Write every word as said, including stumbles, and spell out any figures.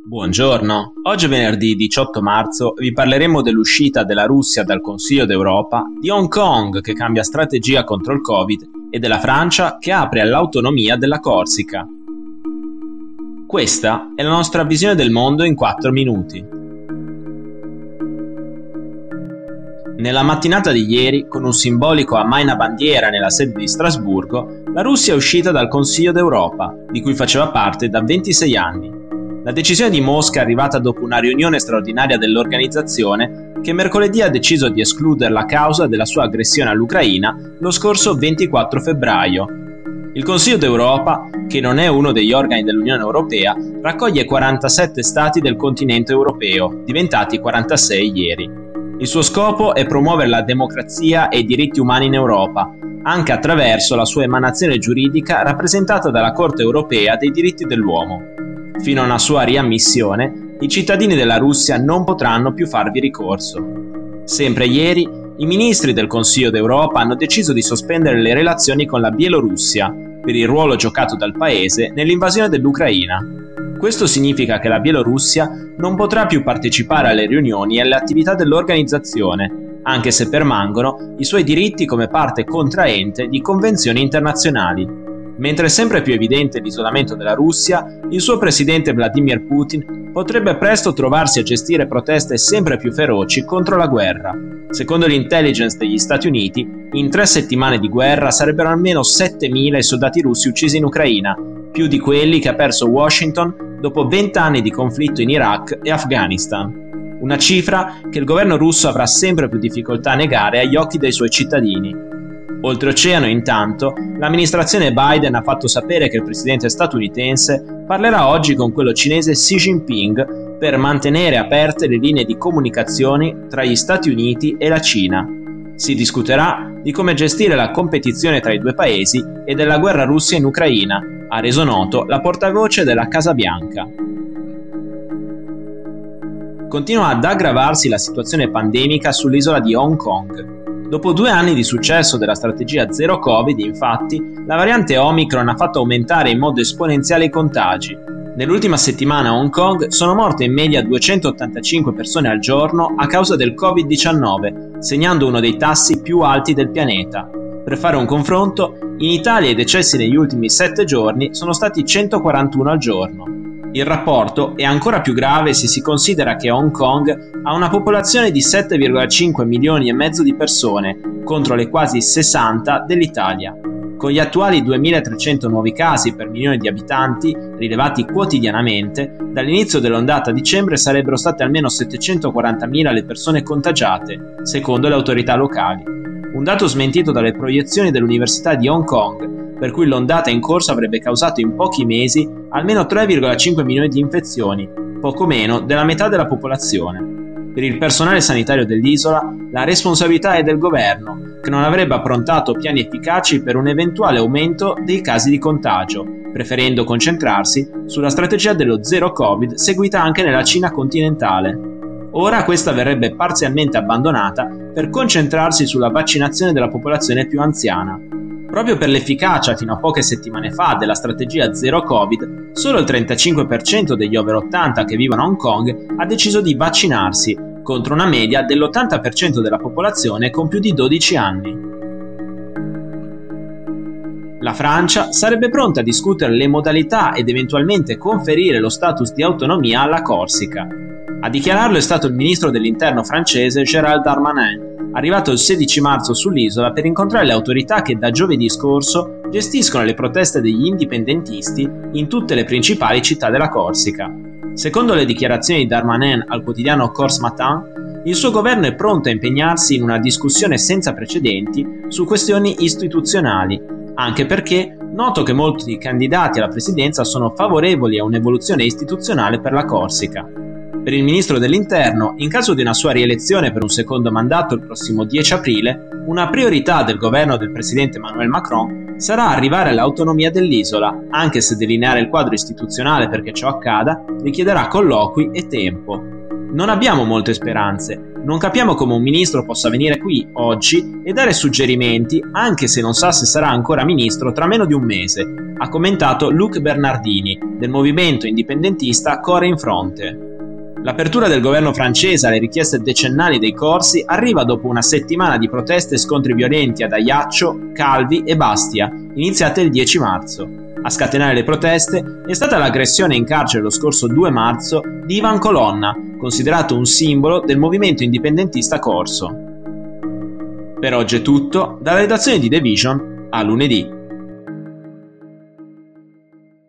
Buongiorno, oggi è venerdì diciotto marzo e vi parleremo dell'uscita della Russia dal Consiglio d'Europa, di Hong Kong che cambia strategia contro il Covid e della Francia che apre all'autonomia della Corsica. Questa è la nostra visione del mondo in quattro minuti. Nella mattinata di ieri, con un simbolico ammaina bandiera nella sede di Strasburgo, la Russia è uscita dal Consiglio d'Europa, di cui faceva parte da ventisei anni. La decisione di Mosca è arrivata dopo una riunione straordinaria dell'organizzazione che mercoledì ha deciso di escluderla a causa della sua aggressione all'Ucraina lo scorso ventiquattro febbraio. Il Consiglio d'Europa, che non è uno degli organi dell'Unione Europea, raccoglie quarantasette stati del continente europeo, diventati quarantasei ieri. Il suo scopo è promuovere la democrazia e i diritti umani in Europa, anche attraverso la sua emanazione giuridica rappresentata dalla Corte Europea dei diritti dell'uomo. Fino a una sua riammissione, i cittadini della Russia non potranno più farvi ricorso. Sempre ieri, i ministri del Consiglio d'Europa hanno deciso di sospendere le relazioni con la Bielorussia per il ruolo giocato dal paese nell'invasione dell'Ucraina. Questo significa che la Bielorussia non potrà più partecipare alle riunioni e alle attività dell'organizzazione, anche se permangono i suoi diritti come parte contraente di convenzioni internazionali. Mentre è sempre più evidente l'isolamento della Russia, il suo presidente Vladimir Putin potrebbe presto trovarsi a gestire proteste sempre più feroci contro la guerra. Secondo l'intelligence degli Stati Uniti, in tre settimane di guerra sarebbero almeno settemila i soldati russi uccisi in Ucraina, più di quelli che ha perso Washington dopo vent'anni di conflitto in Iraq e Afghanistan. Una cifra che il governo russo avrà sempre più difficoltà a negare agli occhi dei suoi cittadini. Oltreoceano, intanto, l'amministrazione Biden ha fatto sapere che il presidente statunitense parlerà oggi con quello cinese Xi Jinping per mantenere aperte le linee di comunicazione tra gli Stati Uniti e la Cina. Si discuterà di come gestire la competizione tra i due paesi e della guerra russa in Ucraina, ha reso noto la portavoce della Casa Bianca. Continua ad aggravarsi la situazione pandemica sull'isola di Hong Kong. Dopo due anni di successo della strategia zero Covid, infatti, la variante Omicron ha fatto aumentare in modo esponenziale i contagi. Nell'ultima settimana a Hong Kong sono morte in media duecentottantacinque persone al giorno a causa del covid diciannove, segnando uno dei tassi più alti del pianeta. Per fare un confronto, in Italia i decessi negli ultimi sette giorni sono stati centoquarantuno al giorno. Il rapporto è ancora più grave se si considera che Hong Kong ha una popolazione di sette virgola cinque milioni e mezzo di persone, contro le quasi sessanta dell'Italia. Con gli attuali duemilatrecento nuovi casi per milione di abitanti, rilevati quotidianamente, dall'inizio dell'ondata a dicembre sarebbero state almeno settecentoquarantamila le persone contagiate, secondo le autorità locali. Un dato smentito dalle proiezioni dell'Università di Hong Kong, per cui l'ondata in corso avrebbe causato in pochi mesi almeno tre virgola cinque milioni di infezioni, poco meno della metà della popolazione. Per il personale sanitario dell'isola, la responsabilità è del governo, che non avrebbe approntato piani efficaci per un eventuale aumento dei casi di contagio, preferendo concentrarsi sulla strategia dello zero Covid seguita anche nella Cina continentale. Ora questa verrebbe parzialmente abbandonata per concentrarsi sulla vaccinazione della popolazione più anziana. Proprio per l'efficacia fino a poche settimane fa della strategia zero Covid, solo il trentacinque per cento degli over ottanta che vivono a Hong Kong ha deciso di vaccinarsi, contro una media dell'ottanta per cento della popolazione con più di dodici anni. La Francia sarebbe pronta a discutere le modalità ed eventualmente conferire lo status di autonomia alla Corsica. A dichiararlo è stato il ministro dell'interno francese Gérald Darmanin, arrivato il sedici marzo sull'isola per incontrare le autorità che da giovedì scorso gestiscono le proteste degli indipendentisti in tutte le principali città della Corsica. Secondo le dichiarazioni di Darmanin al quotidiano Corse Matin, il suo governo è pronto a impegnarsi in una discussione senza precedenti su questioni istituzionali, anche perché noto che molti candidati alla presidenza sono favorevoli a un'evoluzione istituzionale per la Corsica. Per il ministro dell'interno, in caso di una sua rielezione per un secondo mandato il prossimo dieci aprile, una priorità del governo del presidente Emmanuel Macron sarà arrivare all'autonomia dell'isola, anche se delineare il quadro istituzionale perché ciò accada richiederà colloqui e tempo. Non abbiamo molte speranze, Non capiamo come un ministro possa venire qui oggi e dare suggerimenti anche se non sa se sarà ancora ministro tra meno di un mese, ha commentato Luc Bernardini del movimento indipendentista Core in Fronte. L'apertura del governo francese alle richieste decennali dei corsi arriva dopo una settimana di proteste e scontri violenti ad Ajaccio, Calvi e Bastia, iniziate il dieci marzo. A scatenare le proteste è stata l'aggressione in carcere lo scorso due marzo di Ivan Colonna, considerato un simbolo del movimento indipendentista corso. Per oggi è tutto, dalla redazione di The Vision a lunedì.